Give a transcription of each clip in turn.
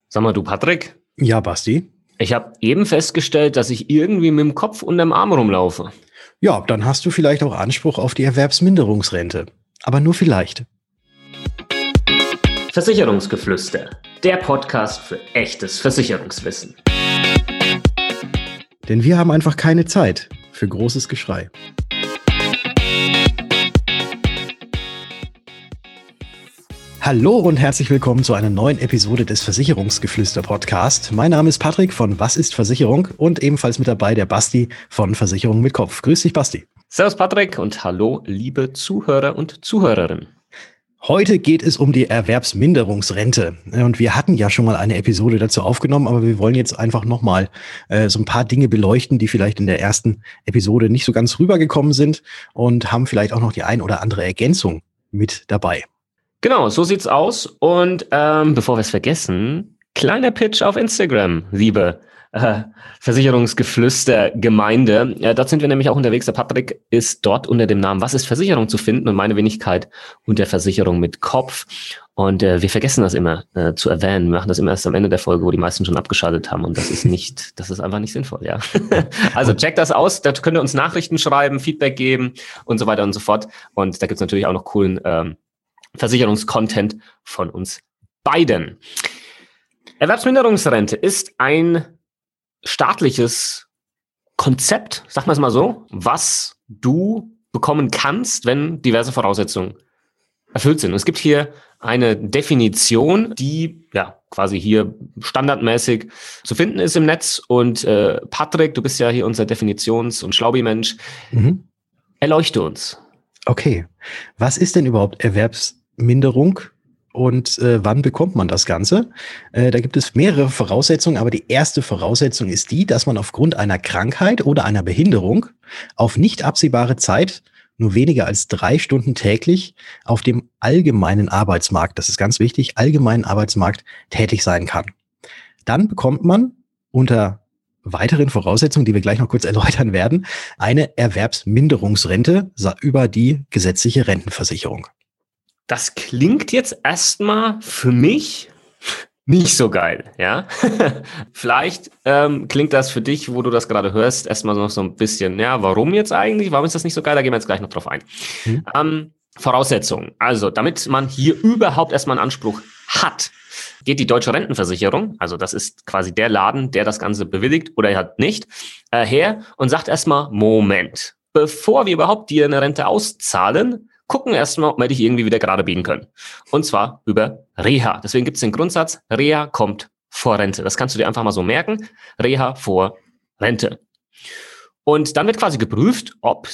Sag mal, du Patrick, Ja, Basti. ich habe eben festgestellt, dass ich irgendwie mit dem Kopf unterm Arm rumlaufe. Ja, dann hast du vielleicht auch Anspruch auf die Erwerbsminderungsrente. Aber nur vielleicht. Versicherungsgeflüster, der Podcast für echtes Versicherungswissen. Denn wir haben einfach keine Zeit für großes Geschrei. Hallo und herzlich willkommen zu einer neuen Episode des Versicherungsgeflüster-Podcast. Mein Name ist Patrick von Was ist Versicherung und ebenfalls mit dabei der Basti von Versicherung mit Kopf. Grüß dich, Basti. Servus Patrick und hallo liebe Zuhörer und Zuhörerinnen. Heute geht es um die Erwerbsminderungsrente. Und wir hatten ja schon mal eine Episode dazu aufgenommen, aber wir wollen jetzt einfach nochmal so ein paar Dinge beleuchten, die vielleicht in der ersten Episode nicht so ganz rübergekommen sind und haben vielleicht auch noch die ein oder andere Ergänzung mit dabei. Genau, so sieht's aus. Und bevor wir es vergessen, kleiner Pitch auf Instagram, liebe Versicherungsgeflüster-Gemeinde. Dort sind wir nämlich auch unterwegs. Der Patrick ist dort unter dem Namen Was ist Versicherung zu finden und meine Wenigkeit unter Versicherung mit Kopf. Und wir vergessen das immer zu erwähnen. Wir machen das immer erst am Ende der Folge, wo die meisten schon abgeschaltet haben. Und das ist einfach nicht sinnvoll, ja. Also checkt das aus. Da könnt ihr uns Nachrichten schreiben, Feedback geben und so weiter und so fort. Und da gibt's natürlich auch noch coolen Versicherungskontent von uns beiden. Erwerbsminderungsrente ist ein staatliches Konzept, sagen wir es mal so, was du bekommen kannst, wenn diverse Voraussetzungen erfüllt sind. Und es gibt hier eine Definition, die ja quasi hier standardmäßig zu finden ist im Netz. Und Patrick, du bist ja hier unser Definitions- und Schlaubi-Mensch. Erleuchte uns. Okay, was ist denn überhaupt Erwerbsminderung und wann bekommt man das Ganze? Da gibt es mehrere Voraussetzungen, aber die erste Voraussetzung ist die, dass man aufgrund einer Krankheit oder einer Behinderung auf nicht absehbare Zeit nur weniger als 3 Stunden täglich auf dem allgemeinen Arbeitsmarkt, das ist ganz wichtig, allgemeinen Arbeitsmarkt tätig sein kann. Dann bekommt man unter weiteren Voraussetzungen, die wir gleich noch kurz erläutern werden, eine Erwerbsminderungsrente über die gesetzliche Rentenversicherung. Das klingt jetzt erstmal für mich nicht so geil, ja. Vielleicht klingt das für dich, wo du das gerade hörst, erstmal noch so ein bisschen, ja, warum jetzt eigentlich? Warum ist das nicht so geil? Da gehen wir jetzt gleich noch drauf ein. Voraussetzungen. Also, damit man hier überhaupt erstmal einen Anspruch hat, geht die Deutsche Rentenversicherung, also das ist quasi der Laden, der das Ganze bewilligt oder halt nicht, her und sagt erstmal, Moment, bevor wir überhaupt dir eine Rente auszahlen, gucken erstmal, ob wir dich irgendwie wieder gerade biegen können. Und zwar über Reha. Deswegen gibt es den Grundsatz, Reha kommt vor Rente. Das kannst du dir einfach mal so merken. Reha vor Rente. Und dann wird quasi geprüft, ob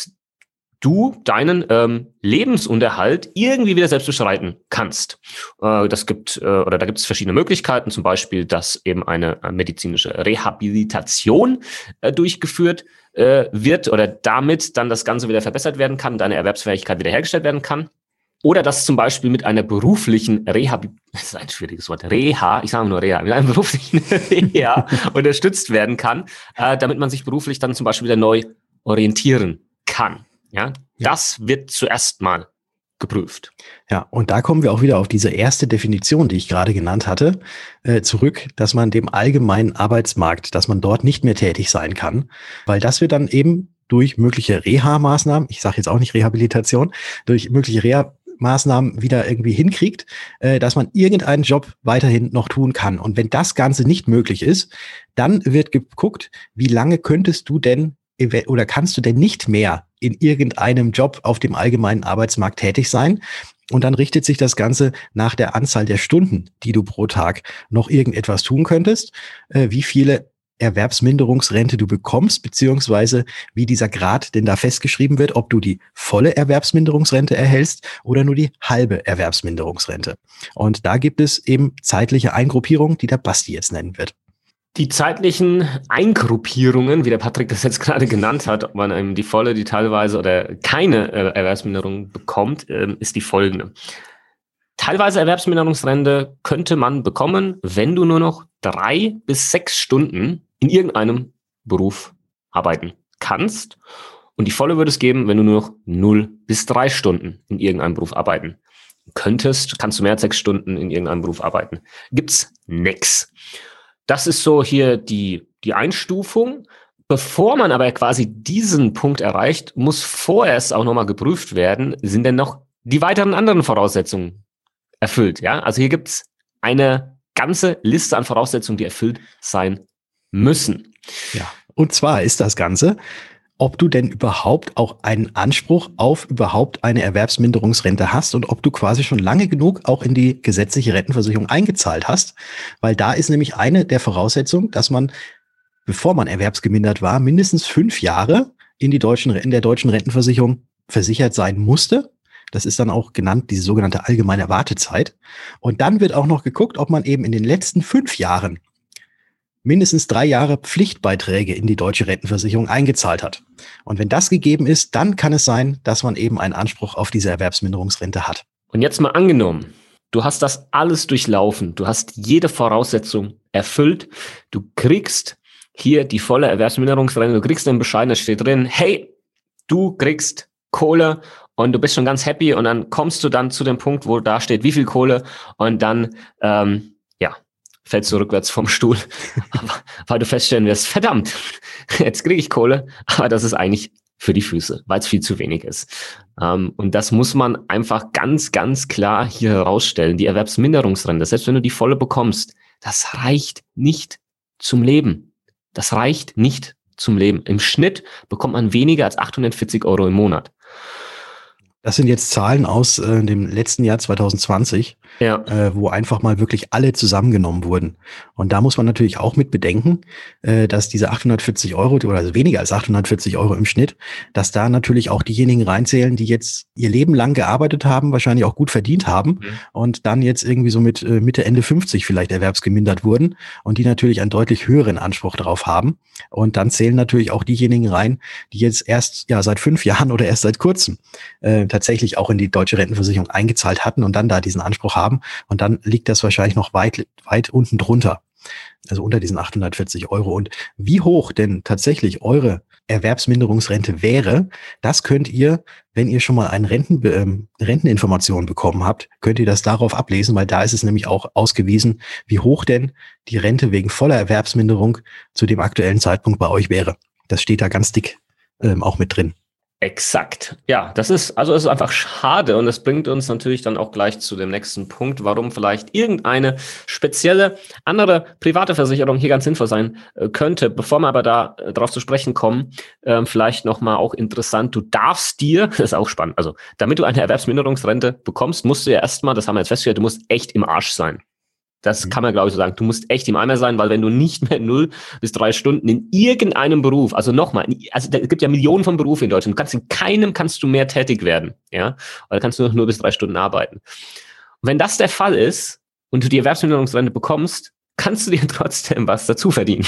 du deinen Lebensunterhalt irgendwie wieder selbst bestreiten kannst. Da gibt es verschiedene Möglichkeiten, zum Beispiel, dass eben eine medizinische Rehabilitation durchgeführt wird oder damit dann das Ganze wieder verbessert werden kann, deine Erwerbsfähigkeit wiederhergestellt werden kann. Oder dass zum Beispiel mit einer beruflichen das ist ein schwieriges Wort, Reha, ich sage nur Reha, mit einer beruflichen Reha unterstützt werden kann, damit man sich beruflich dann zum Beispiel wieder neu orientieren kann. Ja, das wird zuerst mal geprüft. Ja, und da kommen wir auch wieder auf diese erste Definition, die ich gerade genannt hatte, zurück, dass man dem allgemeinen Arbeitsmarkt, dass man dort nicht mehr tätig sein kann, weil das wird dann eben durch mögliche Reha-Maßnahmen, ich sage jetzt auch nicht Rehabilitation, durch mögliche Reha-Maßnahmen wieder irgendwie hinkriegt, dass man irgendeinen Job weiterhin noch tun kann. Und wenn das Ganze nicht möglich ist, dann wird geguckt, wie lange könntest du denn oder kannst du denn nicht mehr in irgendeinem Job auf dem allgemeinen Arbeitsmarkt tätig sein? Und dann richtet sich das Ganze nach der Anzahl der Stunden, die du pro Tag noch irgendetwas tun könntest, wie viele Erwerbsminderungsrente du bekommst, beziehungsweise wie dieser Grad denn da festgeschrieben wird, ob du die volle Erwerbsminderungsrente erhältst oder nur die halbe Erwerbsminderungsrente. Und da gibt es eben zeitliche Eingruppierungen, die der Basti jetzt nennen wird. Die zeitlichen Eingruppierungen, wie der Patrick das jetzt gerade genannt hat, ob man eben die volle, die teilweise oder keine Erwerbsminderung bekommt, ist die folgende. Teilweise Erwerbsminderungsrente könnte man bekommen, wenn du nur noch 3 bis 6 Stunden in irgendeinem Beruf arbeiten kannst. Und die volle würde es geben, wenn du nur noch 0 bis 3 Stunden in irgendeinem Beruf arbeiten könntest, kannst du mehr als 6 Stunden in irgendeinem Beruf arbeiten. Gibt's nix. Das ist so hier die Einstufung. Bevor man aber quasi diesen Punkt erreicht, muss vorerst auch nochmal geprüft werden, sind denn noch die weiteren anderen Voraussetzungen erfüllt. Ja? Also hier gibt's eine ganze Liste an Voraussetzungen, die erfüllt sein müssen. Ja, und zwar ist das Ganze, ob du denn überhaupt auch einen Anspruch auf überhaupt eine Erwerbsminderungsrente hast und ob du quasi schon lange genug auch in die gesetzliche Rentenversicherung eingezahlt hast, weil da ist nämlich eine der Voraussetzungen, dass man, bevor man erwerbsgemindert war, mindestens 5 Jahre in der deutschen Rentenversicherung versichert sein musste. Das ist dann auch genannt, diese sogenannte allgemeine Wartezeit. Und dann wird auch noch geguckt, ob man eben in den letzten 5 Jahren mindestens 3 Jahre Pflichtbeiträge in die deutsche Rentenversicherung eingezahlt hat. Und wenn das gegeben ist, dann kann es sein, dass man eben einen Anspruch auf diese Erwerbsminderungsrente hat. Und jetzt mal angenommen, du hast das alles durchlaufen, du hast jede Voraussetzung erfüllt, du kriegst hier die volle Erwerbsminderungsrente, du kriegst einen Bescheid, da steht drin, hey, du kriegst Kohle und du bist schon ganz happy und dann kommst du dann zu dem Punkt, wo da steht, wie viel Kohle und dann, fällst du rückwärts vom Stuhl, weil du feststellen wirst, verdammt, jetzt kriege ich Kohle, aber das ist eigentlich für die Füße, weil es viel zu wenig ist. Und das muss man einfach ganz, ganz klar hier herausstellen. Die Erwerbsminderungsrente, selbst wenn du die volle bekommst, das reicht nicht zum Leben. Das reicht nicht zum Leben. Im Schnitt bekommt man weniger als 840 € im Monat. Das sind jetzt Zahlen aus dem letzten Jahr 2020, wo einfach mal wirklich alle zusammengenommen wurden. Und da muss man natürlich auch mit bedenken, dass diese 840 € oder also weniger als 840 € im Schnitt, dass da natürlich auch diejenigen reinzählen, die jetzt ihr Leben lang gearbeitet haben, wahrscheinlich auch gut verdient haben und dann jetzt irgendwie so mit Mitte, Ende 50 vielleicht erwerbsgemindert wurden und die natürlich einen deutlich höheren Anspruch darauf haben. Und dann zählen natürlich auch diejenigen rein, die jetzt erst seit 5 Jahren oder erst seit kurzem tatsächlich auch in die deutsche Rentenversicherung eingezahlt hatten und dann da diesen Anspruch haben. Und dann liegt das wahrscheinlich noch weit, weit unten drunter. Also unter diesen 840 €. Und wie hoch denn tatsächlich eure Erwerbsminderungsrente wäre, das könnt ihr, wenn ihr schon mal eine Renteninformation bekommen habt, könnt ihr das darauf ablesen, weil da ist es nämlich auch ausgewiesen, wie hoch denn die Rente wegen voller Erwerbsminderung zu dem aktuellen Zeitpunkt bei euch wäre. Das steht da ganz dick auch mit drin. Exakt. Ja, das ist einfach schade und das bringt uns natürlich dann auch gleich zu dem nächsten Punkt, warum vielleicht irgendeine spezielle andere private Versicherung hier ganz sinnvoll sein könnte. Bevor wir aber da drauf zu sprechen kommen, vielleicht nochmal auch interessant, du darfst dir, das ist auch spannend, also damit du eine Erwerbsminderungsrente bekommst, musst du ja erstmal, das haben wir jetzt festgestellt, du musst echt im Arsch sein. Das kann man, glaube ich, so sagen. Du musst echt im Eimer sein, weil wenn du nicht mehr 0 bis 3 Stunden in irgendeinem Beruf, also nochmal, also da gibt ja Millionen von Berufen in Deutschland, du kannst in keinem kannst du mehr tätig werden, ja, oder kannst du noch 0 bis 3 Stunden arbeiten. Und wenn das der Fall ist und du die Erwerbsminderungsrente bekommst, kannst du dir trotzdem was dazu verdienen.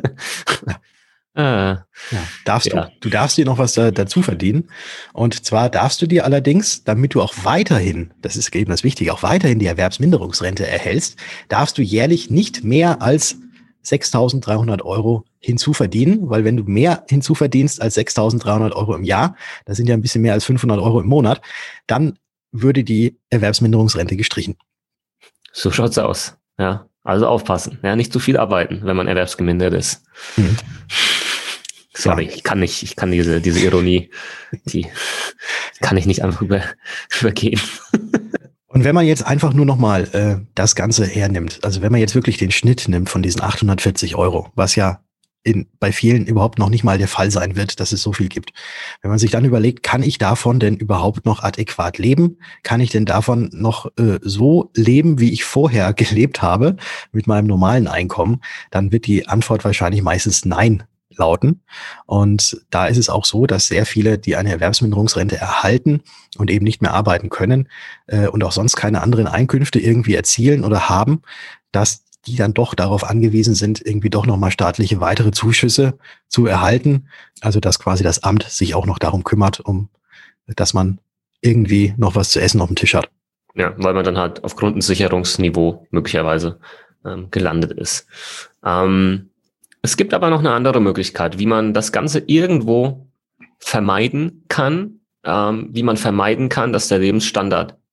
Du darfst dir noch was dazu verdienen. Und zwar darfst du dir allerdings, damit du auch weiterhin, das ist eben das Wichtige, auch weiterhin die Erwerbsminderungsrente erhältst, darfst du jährlich nicht mehr als 6.300 € hinzuverdienen, weil wenn du mehr hinzuverdienst als 6.300 € im Jahr, das sind ja ein bisschen mehr als 500 € im Monat, dann würde die Erwerbsminderungsrente gestrichen. So schaut's aus, ja. Also aufpassen, ja, nicht zu viel arbeiten, wenn man erwerbsgemindert ist. Sorry, ich kann diese Ironie, die kann ich nicht einfach übergehen. Und wenn man jetzt einfach nur nochmal das Ganze hernimmt, also wenn man jetzt wirklich den Schnitt nimmt von diesen 840 €, was ja bei vielen überhaupt noch nicht mal der Fall sein wird, dass es so viel gibt. Wenn man sich dann überlegt, kann ich davon denn überhaupt noch adäquat leben? Kann ich denn davon noch so leben, wie ich vorher gelebt habe, mit meinem normalen Einkommen? Dann wird die Antwort wahrscheinlich meistens Nein lauten. Und da ist es auch so, dass sehr viele, die eine Erwerbsminderungsrente erhalten und eben nicht mehr arbeiten können und auch sonst keine anderen Einkünfte irgendwie erzielen oder haben, dass die dann doch darauf angewiesen sind, irgendwie doch nochmal staatliche weitere Zuschüsse zu erhalten. Also dass quasi das Amt sich auch noch darum kümmert, dass man irgendwie noch was zu essen auf dem Tisch hat. Ja, weil man dann halt auf Grundsicherungsniveau möglicherweise gelandet ist. Es gibt aber noch eine andere Möglichkeit, wie man das Ganze irgendwo vermeiden kann, dass der Lebensstandard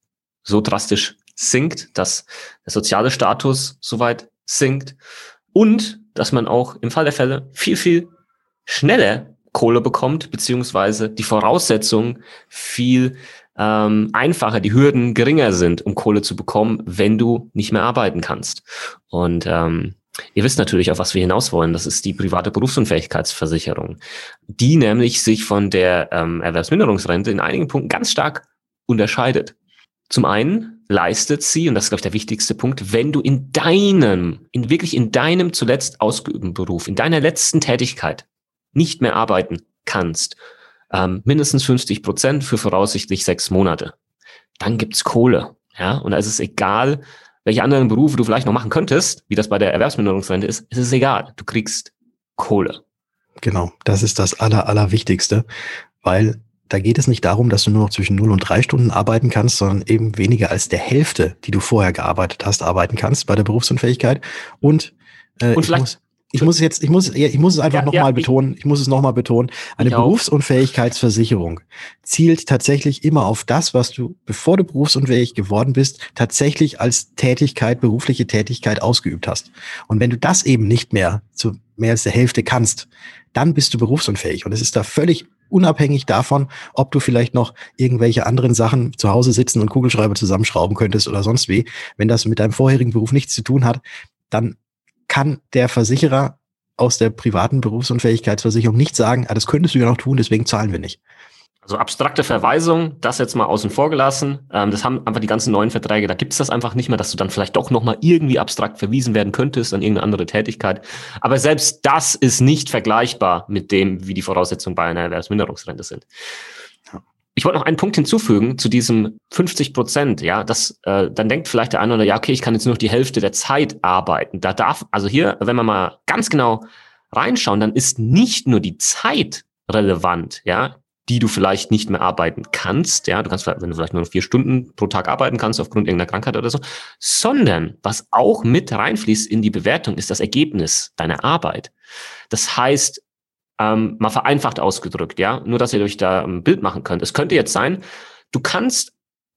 so drastisch sinkt, dass der soziale Status soweit sinkt und dass man auch im Fall der Fälle viel, viel schneller Kohle bekommt, beziehungsweise die Voraussetzungen viel einfacher, die Hürden geringer sind, um Kohle zu bekommen, wenn du nicht mehr arbeiten kannst. Und ihr wisst natürlich, auf was wir hinaus wollen. Das ist die private Berufsunfähigkeitsversicherung, die nämlich sich von der Erwerbsminderungsrente in einigen Punkten ganz stark unterscheidet. Zum einen leistet sie, und das ist, glaube ich, der wichtigste Punkt, wenn du wirklich in deinem zuletzt ausgeübten Beruf, in deiner letzten Tätigkeit nicht mehr arbeiten kannst, mindestens 50% für voraussichtlich 6 Monate. Dann gibt's Kohle. Ja? Und da ist es egal, welche anderen Berufe du vielleicht noch machen könntest, wie das bei der Erwerbsminderungsrente ist, ist es egal. Du kriegst Kohle. Genau, das ist das Allerwichtigste, weil da geht es nicht darum, dass du nur noch zwischen 0 und 3 Stunden arbeiten kannst, sondern eben weniger als der Hälfte, die du vorher gearbeitet hast, arbeiten kannst bei der Berufsunfähigkeit. Und ich muss es einfach nochmal betonen. Ich muss es nochmal betonen. Eine Berufsunfähigkeitsversicherung zielt tatsächlich immer auf das, was du, bevor du berufsunfähig geworden bist, tatsächlich als berufliche Tätigkeit ausgeübt hast. Und wenn du das eben nicht mehr zu mehr als der Hälfte kannst, dann bist du berufsunfähig. Und es ist da völlig unabhängig davon, ob du vielleicht noch irgendwelche anderen Sachen zu Hause sitzen und Kugelschreiber zusammenschrauben könntest oder sonst wie. Wenn das mit deinem vorherigen Beruf nichts zu tun hat, dann kann der Versicherer aus der privaten Berufsunfähigkeitsversicherung nicht sagen, das könntest du ja noch tun, deswegen zahlen wir nicht. Also abstrakte Verweisung, das jetzt mal außen vor gelassen. Das haben einfach die ganzen neuen Verträge, da gibt's das einfach nicht mehr, dass du dann vielleicht doch nochmal irgendwie abstrakt verwiesen werden könntest an irgendeine andere Tätigkeit. Aber selbst das ist nicht vergleichbar mit dem, wie die Voraussetzungen bei einer Erwerbsminderungsrente sind. Ich wollte noch einen Punkt hinzufügen zu diesem 50%, ja, dann denkt vielleicht der eine oder ja, okay, ich kann jetzt nur noch die Hälfte der Zeit arbeiten. Also hier, wenn wir mal ganz genau reinschauen, dann ist nicht nur die Zeit relevant, ja, die du vielleicht nicht mehr arbeiten kannst, ja, wenn du vielleicht nur noch 4 Stunden pro Tag arbeiten kannst aufgrund irgendeiner Krankheit oder so, sondern was auch mit reinfließt in die Bewertung, ist das Ergebnis deiner Arbeit. Das heißt, mal vereinfacht ausgedrückt, ja, nur, dass ihr euch da ein Bild machen könnt. Es könnte jetzt sein, du kannst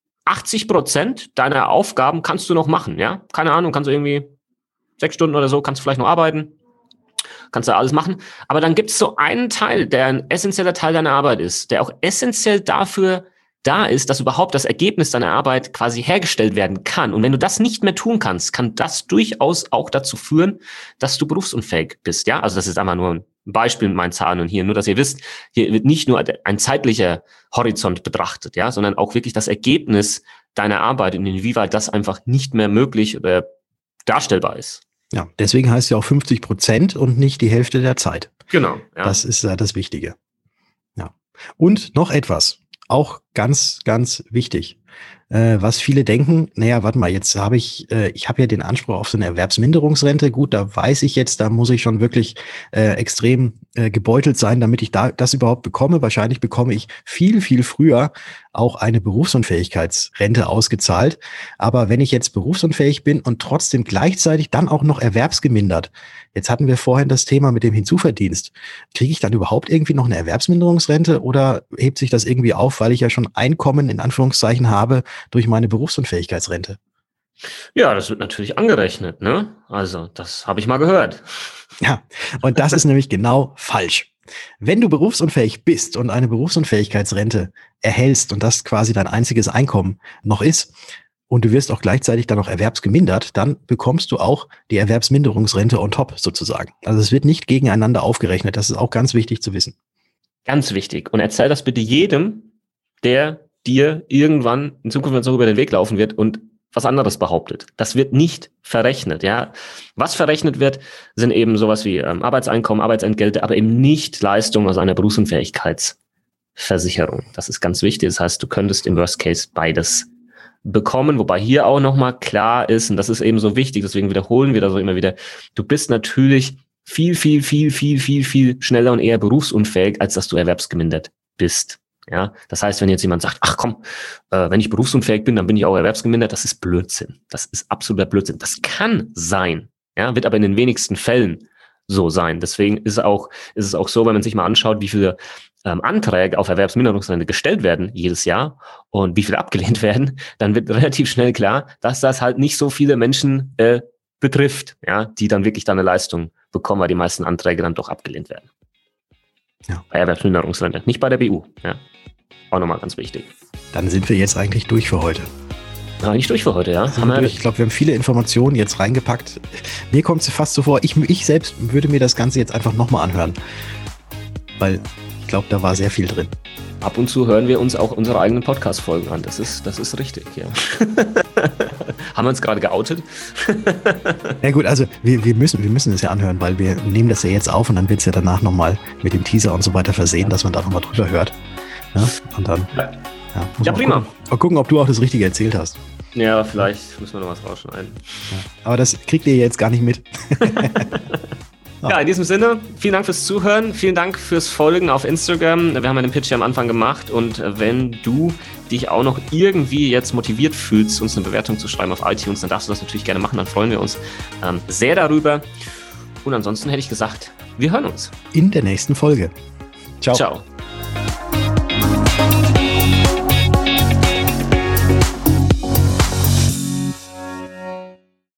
80% deiner Aufgaben kannst du noch machen, ja, keine Ahnung, kannst du irgendwie 6 Stunden oder so, kannst du vielleicht noch arbeiten, kannst du alles machen, aber dann gibt es so einen Teil, der ein essentieller Teil deiner Arbeit ist, der auch essentiell dafür da ist, dass überhaupt das Ergebnis deiner Arbeit quasi hergestellt werden kann. Und wenn du das nicht mehr tun kannst, kann das durchaus auch dazu führen, dass du berufsunfähig bist, ja, also das ist einfach nur ein Beispiel mit meinen Zahlen und hier, nur dass ihr wisst, hier wird nicht nur ein zeitlicher Horizont betrachtet, ja, sondern auch wirklich das Ergebnis deiner Arbeit und inwieweit das einfach nicht mehr möglich oder darstellbar ist. Ja, deswegen heißt es ja auch 50% und nicht die Hälfte der Zeit. Genau. Ja. Das ist das Wichtige. Ja. Und noch etwas, auch ganz, ganz wichtig. Was viele denken, naja, warte mal, jetzt habe ich habe ja den Anspruch auf so eine Erwerbsminderungsrente. Gut, da weiß ich jetzt, da muss ich schon wirklich extrem gebeutelt sein, damit ich das überhaupt bekomme. Wahrscheinlich bekomme ich viel, viel früher auch eine Berufsunfähigkeitsrente ausgezahlt. Aber wenn ich jetzt berufsunfähig bin und trotzdem gleichzeitig dann auch noch erwerbsgemindert, jetzt hatten wir vorhin das Thema mit dem Hinzuverdienst, kriege ich dann überhaupt irgendwie noch eine Erwerbsminderungsrente oder hebt sich das irgendwie auf, weil ich ja schon Einkommen in Anführungszeichen habe durch meine Berufsunfähigkeitsrente? Ja, das wird natürlich angerechnet, ne? Also, das habe ich mal gehört. Ja, und das ist nämlich genau falsch. Wenn du berufsunfähig bist und eine Berufsunfähigkeitsrente erhältst und das quasi dein einziges Einkommen noch ist und du wirst auch gleichzeitig dann noch erwerbsgemindert, dann bekommst du auch die Erwerbsminderungsrente on top sozusagen. Also es wird nicht gegeneinander aufgerechnet. Das ist auch ganz wichtig zu wissen. Ganz wichtig. Und erzähl das bitte jedem, der dir irgendwann in Zukunft so über den Weg laufen wird und was anderes behauptet. Das wird nicht verrechnet, ja. Was verrechnet wird, sind eben sowas wie Arbeitseinkommen, Arbeitsentgelte, aber eben nicht Leistungen aus einer Berufsunfähigkeitsversicherung. Das ist ganz wichtig. Das heißt, du könntest im Worst Case beides bekommen, wobei hier auch nochmal klar ist, und das ist eben so wichtig, deswegen wiederholen wir das so immer wieder, du bist natürlich viel schneller und eher berufsunfähig, als dass du erwerbsgemindert bist. Ja, das heißt, wenn jetzt jemand sagt, ach komm, wenn ich berufsunfähig bin, dann bin ich auch erwerbsgemindert, das ist Blödsinn. Das ist absoluter Blödsinn. Das kann sein, ja, wird aber in den wenigsten Fällen so sein. Deswegen ist es auch so, wenn man sich mal anschaut, wie viele Anträge auf Erwerbsminderungsrente gestellt werden jedes Jahr und wie viele abgelehnt werden, dann wird relativ schnell klar, dass das halt nicht so viele Menschen betrifft, ja, die dann wirklich eine Leistung bekommen, weil die meisten Anträge dann doch abgelehnt werden. Ja. Bei Erwerbsminderungsrente, nicht bei der BU. Ja. Auch nochmal ganz wichtig. Dann sind wir jetzt eigentlich durch für heute. Eigentlich durch für heute, ja. Ich glaube, wir haben viele Informationen jetzt reingepackt. Mir kommt es fast so vor, ich selbst würde mir das Ganze jetzt einfach nochmal anhören. Weil ich glaube, da war sehr viel drin. Ab und zu hören wir uns auch unsere eigenen Podcast-Folgen an. Das ist richtig, ja. Haben wir uns gerade geoutet? Ja gut, also wir müssen es ja anhören, weil wir nehmen das ja jetzt auf und dann wird es ja danach nochmal mit dem Teaser und so weiter versehen, dass man da nochmal drüber hört. Ja, und dann ja prima. Mal gucken, ob du auch das Richtige erzählt hast. Ja, vielleicht müssen wir noch was rausschneiden. Ja, aber das kriegt ihr jetzt gar nicht mit. Ja, in diesem Sinne, vielen Dank fürs Zuhören, vielen Dank fürs Folgen auf Instagram. Wir haben ja den Pitch ja am Anfang gemacht und wenn du dich auch noch irgendwie jetzt motiviert fühlst, uns eine Bewertung zu schreiben auf iTunes, dann darfst du das natürlich gerne machen, dann freuen wir uns sehr darüber. Und ansonsten hätte ich gesagt, wir hören uns. In der nächsten Folge. Ciao. Ciao.